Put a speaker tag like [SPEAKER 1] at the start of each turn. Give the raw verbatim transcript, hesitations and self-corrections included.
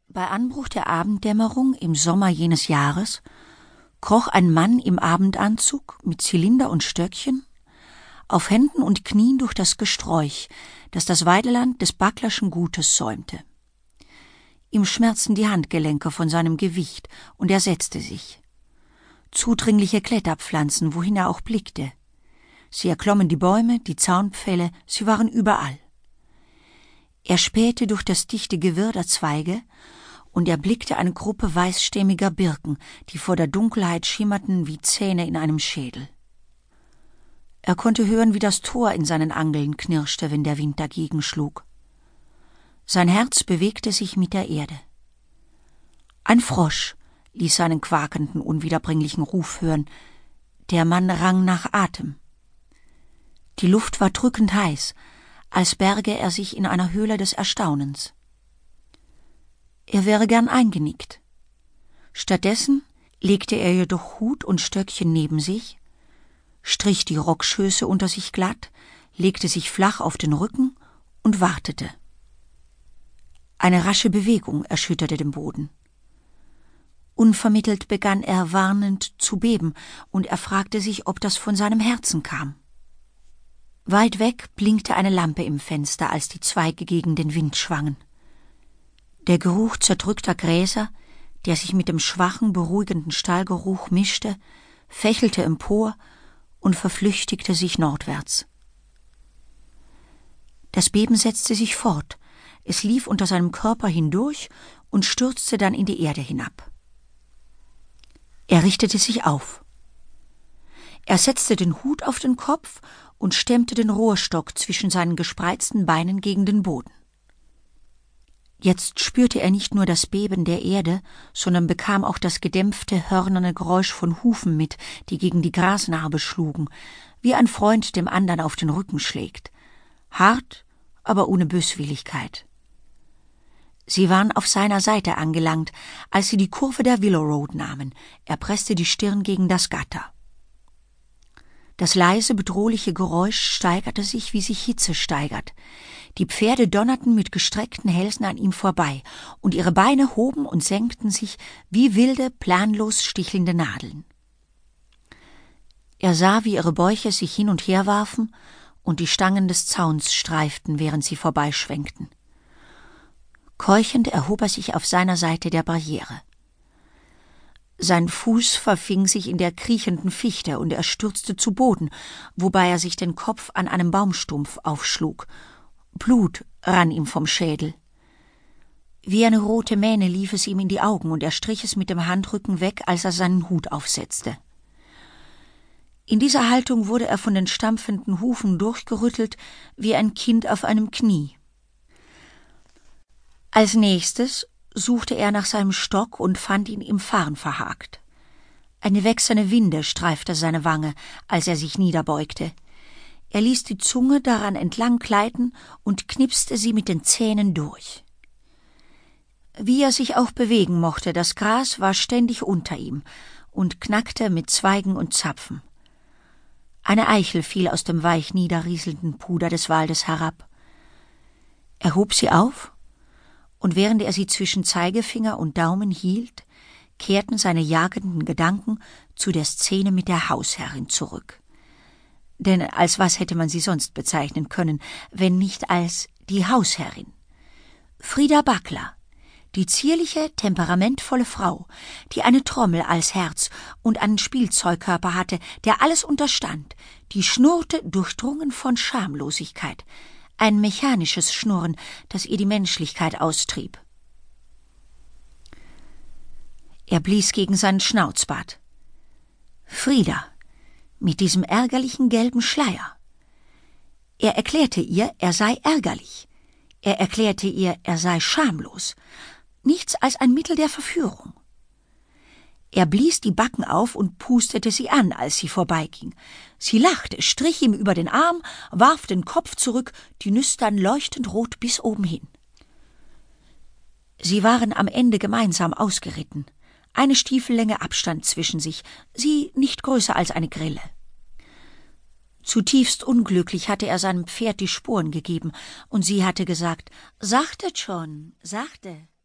[SPEAKER 1] Bei Anbruch der Abenddämmerung im Sommer jenes Jahres kroch ein Mann im Abendanzug mit Zylinder und Stöckchen auf Händen und Knien durch das Gesträuch, das das Weideland des Backlerschen Gutes säumte. Ihm schmerzten die Handgelenke von seinem Gewicht, und er setzte sich. Zudringliche Kletterpflanzen, wohin er auch blickte. Sie erklommen die Bäume, die Zaunpfähle, sie waren überall. Er spähte durch das dichte Gewirr der Zweige und erblickte eine Gruppe weißstämmiger Birken, die vor der Dunkelheit schimmerten wie Zähne in einem Schädel. Er konnte hören, wie das Tor in seinen Angeln knirschte, wenn der Wind dagegen schlug. Sein Herz bewegte sich mit der Erde. Ein Frosch ließ seinen quakenden, unwiederbringlichen Ruf hören. Der Mann rang nach Atem. Die Luft war drückend heiß, als berge er sich in einer Höhle des Erstaunens. Er wäre gern eingenickt. Stattdessen legte er jedoch Hut und Stöckchen neben sich, strich die Rockschöße unter sich glatt, legte sich flach auf den Rücken und wartete. Eine rasche Bewegung erschütterte den Boden. Unvermittelt begann er warnend zu beben, und er fragte sich, ob das von seinem Herzen kam. Weit weg blinkte eine Lampe im Fenster, als die Zweige gegen den Wind schwangen. Der Geruch zerdrückter Gräser, der sich mit dem schwachen, beruhigenden Stallgeruch mischte, fächelte empor und verflüchtigte sich nordwärts. Das Beben setzte sich fort, es lief unter seinem Körper hindurch und stürzte dann in die Erde hinab. Er richtete sich auf. Er setzte den Hut auf den Kopf und stemmte den Rohrstock zwischen seinen gespreizten Beinen gegen den Boden. Jetzt spürte er nicht nur das Beben der Erde, sondern bekam auch das gedämpfte, hörnerne Geräusch von Hufen mit, die gegen die Grasnarbe schlugen, wie ein Freund dem anderen auf den Rücken schlägt. Hart, aber ohne Böswilligkeit. Sie waren auf seiner Seite angelangt, als sie die Kurve der Willow Road nahmen. Er presste die Stirn gegen das Gatter. Das leise, bedrohliche Geräusch steigerte sich, wie sich Hitze steigert. Die Pferde donnerten mit gestreckten Hälsen an ihm vorbei, und ihre Beine hoben und senkten sich wie wilde, planlos stichelnde Nadeln. Er sah, wie ihre Bäuche sich hin und her warfen und die Stangen des Zauns streiften, während sie vorbeischwenkten. Keuchend erhob er sich auf seiner Seite der Barriere. Sein Fuß verfing sich in der kriechenden Fichte und er stürzte zu Boden, wobei er sich den Kopf an einem Baumstumpf aufschlug. Blut rann ihm vom Schädel. Wie eine rote Mähne lief es ihm in die Augen und er strich es mit dem Handrücken weg, als er seinen Hut aufsetzte. In dieser Haltung wurde er von den stampfenden Hufen durchgerüttelt, wie ein Kind auf einem Knie. Als nächstes suchte er nach seinem Stock und fand ihn im Farn verhakt. Eine wächserne Winde streifte seine Wange, als er sich niederbeugte. Er ließ die Zunge daran entlang gleiten und knipste sie mit den Zähnen durch. Wie er sich auch bewegen mochte, das Gras war ständig unter ihm und knackte mit Zweigen und Zapfen. Eine Eichel fiel aus dem weich niederrieselnden Puder des Waldes herab. Er hob sie auf, und während er sie zwischen Zeigefinger und Daumen hielt, kehrten seine jagenden Gedanken zu der Szene mit der Hausherrin zurück. Denn als was hätte man sie sonst bezeichnen können, wenn nicht als die Hausherrin? Frida Backler, die zierliche, temperamentvolle Frau, die eine Trommel als Herz und einen Spielzeugkörper hatte, der alles unterstand, die schnurrte, durchdrungen von Schamlosigkeit, ein mechanisches Schnurren, das ihr die Menschlichkeit austrieb. Er blies gegen seinen Schnauzbart. Frida, mit diesem ärgerlichen gelben Schleier. Er erklärte ihr, er sei ärgerlich. Er erklärte ihr, er sei schamlos. Nichts als ein Mittel der Verführung. Er blies die Backen auf und pustete sie an, als sie vorbeiging. Sie lachte, strich ihm über den Arm, warf den Kopf zurück, die Nüstern leuchtend rot bis oben hin. Sie waren am Ende gemeinsam ausgeritten. Eine Stiefellänge Abstand zwischen sich, sie nicht größer als eine Grille. Zutiefst unglücklich hatte er seinem Pferd die Sporen gegeben, und sie hatte gesagt, »Sagtet schon, sagte.«